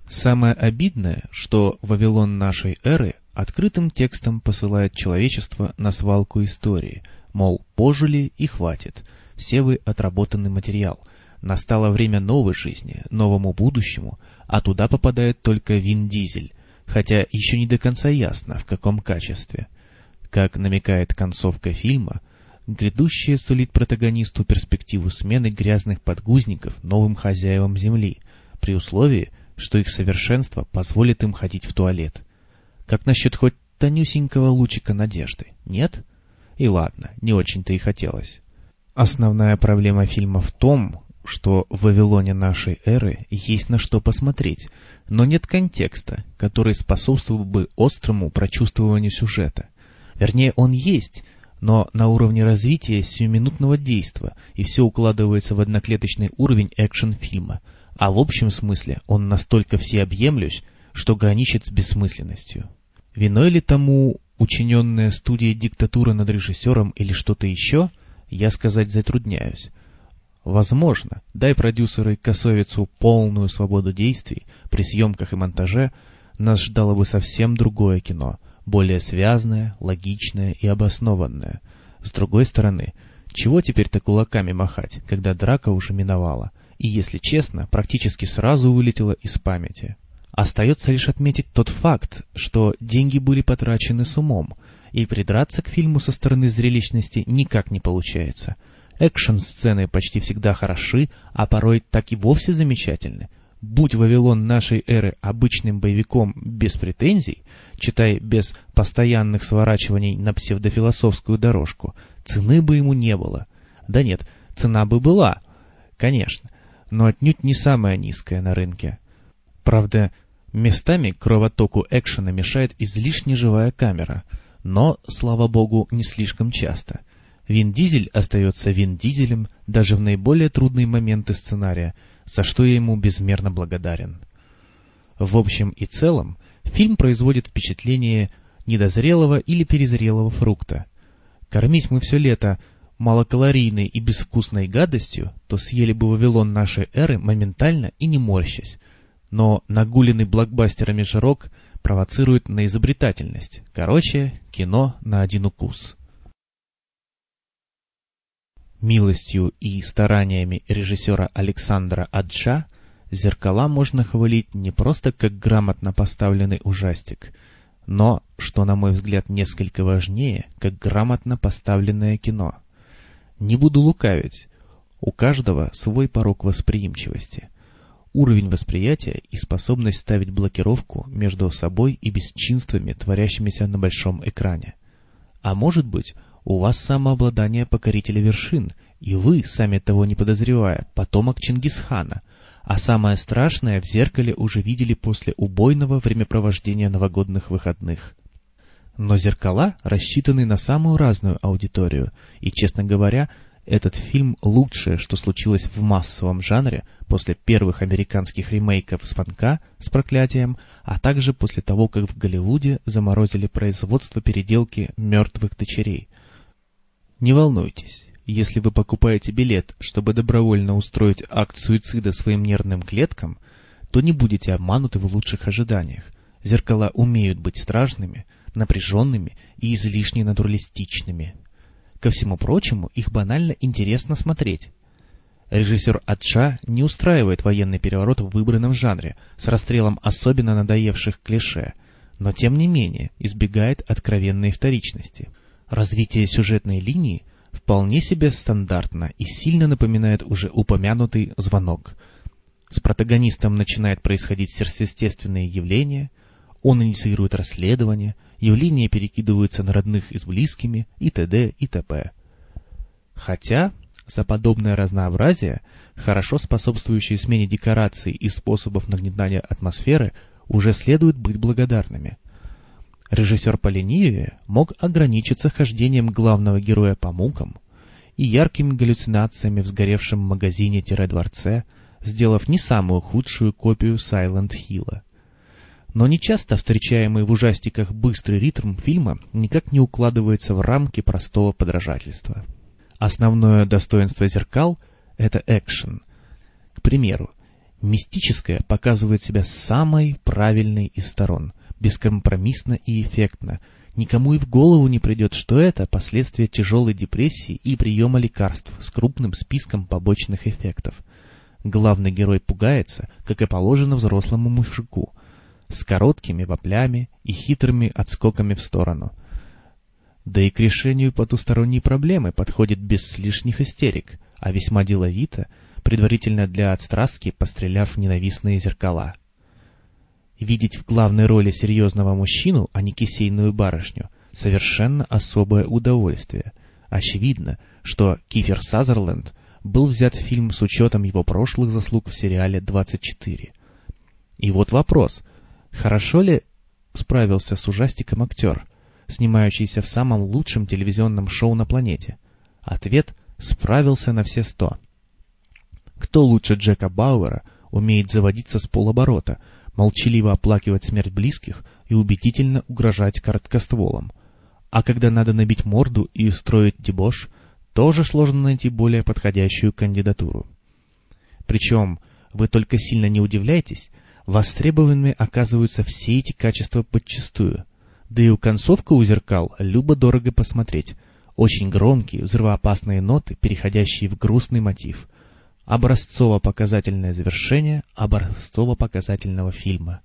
Самое обидное, что Вавилон нашей эры открытым текстом посылает человечество на свалку истории, мол, пожили и хватит, все вы отработанный материал, настало время новой жизни, новому будущему, а туда попадает только Вин Дизель, хотя еще не до конца ясно, в каком качестве. Как намекает концовка фильма, грядущее сулит протагонисту перспективу смены грязных подгузников новым хозяевам Земли, при условии, что их совершенство позволит им ходить в туалет. Как насчет хоть тонюсенького лучика надежды, нет? И ладно, не очень-то и хотелось. Основная проблема фильма в том, что в Вавилоне нашей эры есть на что посмотреть, но нет контекста, который способствовал бы острому прочувствованию сюжета. Вернее, он есть, но на уровне развития сиюминутного действа, и все укладывается в одноклеточный уровень экшн-фильма, а в общем смысле он настолько всеобъемлющ, что граничит с бессмысленностью. Виной ли тому учиненная студией диктатура над режиссером или что-то еще, я сказать затрудняюсь. Возможно, дай продюсеры Косовицу полную свободу действий при съемках и монтаже, нас ждало бы совсем другое кино, более связанное, логичное и обоснованное. С другой стороны, чего теперь-то кулаками махать, когда драка уже миновала, и, если честно, практически сразу вылетела из памяти. Остается лишь отметить тот факт, что деньги были потрачены с умом, и придраться к фильму со стороны зрелищности никак не получается. Экшн-сцены почти всегда хороши, а порой так и вовсе замечательны. Будь Вавилон нашей эры обычным боевиком без претензий, читай без постоянных сворачиваний на псевдофилософскую дорожку, цены бы ему не было. Да нет, цена бы была, конечно, но отнюдь не самая низкая на рынке. Правда, местами кровотоку экшена мешает излишне живая камера, но, слава богу, не слишком часто. Вин Дизель остается Вин Дизелем даже в наиболее трудные моменты сценария, за что я ему безмерно благодарен. В общем и целом, фильм производит впечатление недозрелого или перезрелого фрукта. Кормись мы все лето малокалорийной и безвкусной гадостью, то съели бы Вавилон нашей эры моментально и не морщась. Но нагуленный блокбастерами жирок провоцирует на изобретательность. Короче, кино на один укус. Милостью и стараниями режиссера Александра Аджа «Зеркала» можно хвалить не просто как грамотно поставленный ужастик, но, что на мой взгляд несколько важнее, как грамотно поставленное кино. Не буду лукавить, у каждого свой порог восприимчивости, уровень восприятия и способность ставить блокировку между собой и бесчинствами, творящимися на большом экране. А может быть, у вас самообладание покорителя вершин, и вы, сами того не подозревая, потомок Чингисхана, а самое страшное в «Зеркале» уже видели после убойного времяпровождения новогодних выходных. Но «Зеркала» рассчитаны на самую разную аудиторию, и, честно говоря, этот фильм лучшее, что случилось в массовом жанре после первых американских ремейков «Звонка» с проклятием, а также после того, как в Голливуде заморозили производство переделки «Мертвых дочерей». Не волнуйтесь, если вы покупаете билет, чтобы добровольно устроить акт суицида своим нервным клеткам, то не будете обмануты в лучших ожиданиях. «Зеркала» умеют быть страшными, напряженными и излишне натуралистичными. Ко всему прочему, их банально интересно смотреть. Режиссер Аджа не устраивает военный переворот в выбранном жанре с расстрелом особенно надоевших клише, но тем не менее избегает откровенной вторичности. Развитие сюжетной линии вполне себе стандартно и сильно напоминает уже упомянутый «Звонок». С протагонистом начинает происходить сверхъестественные явления, он инициирует расследование, явления перекидываются на родных и с близкими и т.д. и т.п. Хотя за подобное разнообразие, хорошо способствующее смене декораций и способов нагнетания атмосферы, уже следует быть благодарными. Режиссер поленивее мог ограничиться хождением главного героя по мукам и яркими галлюцинациями в сгоревшем магазине-дворце, сделав не самую худшую копию Сайлент Хилла. Но нечасто встречаемый в ужастиках быстрый ритм фильма никак не укладывается в рамки простого подражательства. Основное достоинство «Зеркал» — это экшен. К примеру, Мистическое показывает себя с самой правильной из сторон, бескомпромиссно и эффектно. Никому и в голову не придет, что это последствия тяжелой депрессии и приема лекарств с крупным списком побочных эффектов. Главный герой пугается, как и положено взрослому мужику, с короткими воплями и хитрыми отскоками в сторону. Да и к решению потусторонней проблемы подходит без лишних истерик, а весьма деловито, предварительно для отстрастки постреляв в ненавистные зеркала. Видеть в главной роли серьезного мужчину, а не кисейную барышню, совершенно особое удовольствие. Очевидно, что Кифер Сазерленд был взят в фильм с учетом его прошлых заслуг в сериале «24». И вот вопрос, хорошо ли справился с ужастиком актер, снимающийся в самом лучшем телевизионном шоу на планете? Ответ – справился на все 100. Кто лучше Джека Бауэра умеет заводиться с полоборота, молчаливо оплакивать смерть близких и убедительно угрожать короткостволом? А когда надо набить морду и устроить дебош, тоже сложно найти более подходящую кандидатуру. Причем, вы только сильно не удивляйтесь, востребованными оказываются все эти качества подчистую. Да и концовка у зеркал любо-дорого посмотреть. Очень громкие, взрывоопасные ноты, переходящие в грустный мотив. Образцово-показательное завершение образцово-показательного фильма.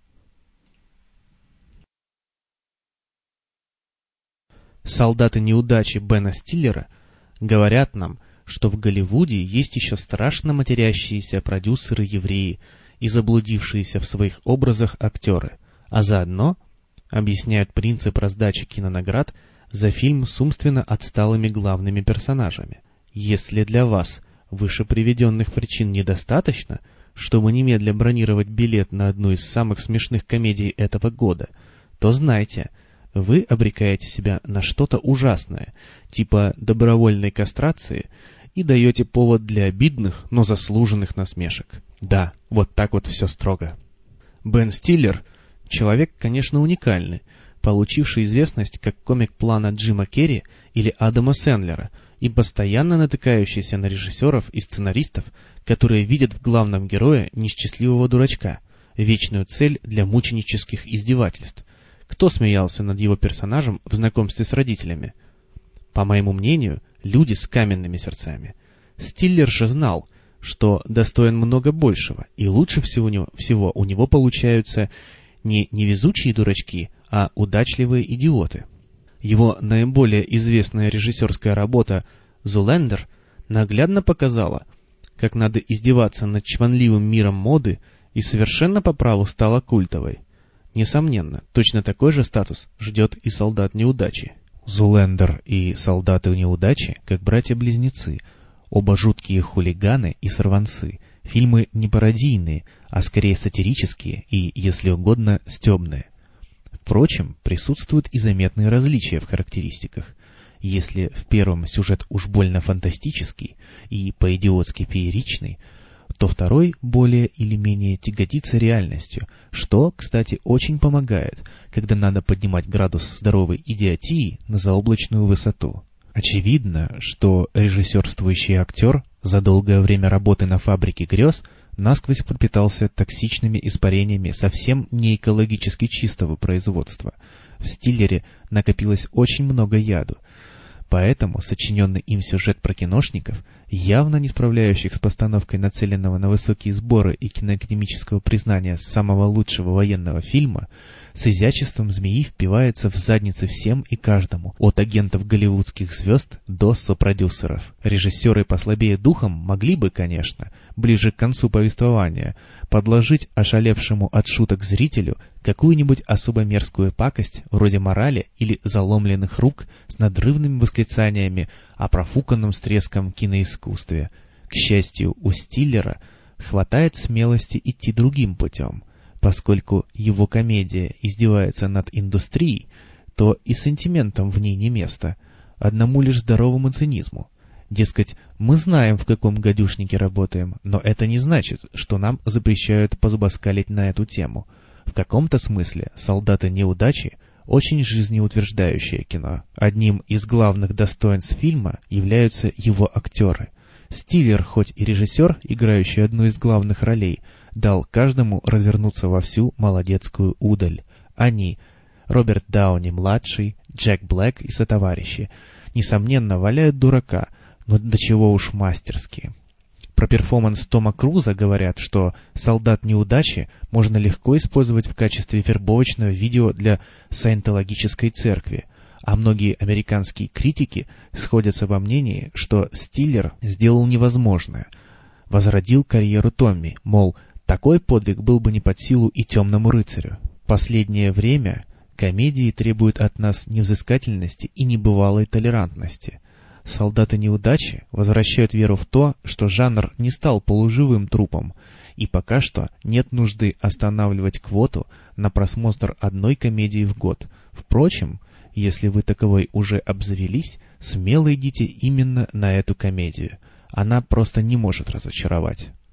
Солдаты неудачи Бена Стиллера говорят нам, что в Голливуде есть еще страшно матерящиеся продюсеры-евреи и заблудившиеся в своих образах актеры, а заодно объясняют принцип раздачи кинонаград за фильм с умственно отсталыми главными персонажами. Если для вас выше приведенных причин недостаточно, чтобы немедля бронировать билет на одну из самых смешных комедий этого года, то знайте, вы обрекаете себя на что-то ужасное, типа добровольной кастрации, и даете повод для обидных, но заслуженных насмешек. Да, вот так вот все строго. Бен Стиллер — человек, конечно, уникальный, получивший известность как комик плана Джима Керри или Адама Сэндлера и постоянно натыкающийся на режиссеров и сценаристов, которые видят в главном герое несчастливого дурачка, вечную цель для мученических издевательств. Кто смеялся над его персонажем в знакомстве с родителями? По моему мнению, люди с каменными сердцами. Стиллер же знал, что достоин много большего, и лучше всего у него получаются не невезучие дурачки, а удачливые идиоты. Его наиболее известная режиссерская работа «Зулендер» наглядно показала, как надо издеваться над чванливым миром моды, и совершенно по праву стала культовой. Несомненно, точно такой же статус ждет и «Солдат неудачи». «Зулендер» и «Солдаты неудачи» как братья-близнецы, оба жуткие хулиганы и сорванцы, фильмы не пародийные, а скорее сатирические и, если угодно, стебные. Впрочем, присутствуют и заметные различия в характеристиках. Если в первом сюжет уж больно фантастический и по-идиотски фееричный, то второй более или менее тяготится реальностью, что, кстати, очень помогает, когда надо поднимать градус здоровой идиотии на заоблачную высоту. Очевидно, что режиссерствующий актер за долгое время работы на фабрике грез насквозь пропитался токсичными испарениями совсем не экологически чистого производства. В Стиллере накопилось очень много яду. Поэтому сочиненный им сюжет про киношников, явно не справляющих с постановкой нацеленного на высокие сборы и киноакадемического признания самого лучшего военного фильма, с изяществом змеи впивается в задницы всем и каждому, от агентов голливудских звезд до сопродюсеров. Режиссеры послабее духом могли бы, конечно, ближе к концу повествования, подложить ошалевшему от шуток зрителю какую-нибудь особо мерзкую пакость вроде морали или заломленных рук с надрывными восклицаниями о профуканном с треском киноискусстве. К счастью, у Стиллера хватает смелости идти другим путем. Поскольку его комедия издевается над индустрией, то и сантиментам в ней не место, одному лишь здоровому цинизму. Дескать, мы знаем, в каком гадюшнике работаем, но это не значит, что нам запрещают позубоскалить на эту тему. В каком-то смысле «Солдаты неудачи» — очень жизнеутверждающее кино. Одним из главных достоинств фильма являются его актеры. Стиллер, хоть и режиссер, играющий одну из главных ролей, дал каждому развернуться во всю молодецкую удаль. Они, Роберт Дауни-младший, Джек Блэк и сотоварищи, несомненно, валяют дурака, но до чего уж мастерски. Про перформанс Тома Круза говорят, что «Солдат неудачи» можно легко использовать в качестве вербовочного видео для саентологической церкви, а многие американские критики сходятся во мнении, что Стиллер сделал невозможное, возродил карьеру Томми, мол, такой подвиг был бы не под силу и темному рыцарю. Последнее время комедии требуют от нас невзыскательности и небывалой толерантности. «Солдаты неудачи» возвращают веру в то, что жанр не стал полуживым трупом, и пока что нет нужды останавливать квоту на просмотр одной комедии в год. Впрочем, если вы таковой уже обзавелись, смело идите именно на эту комедию. Она просто не может разочаровать.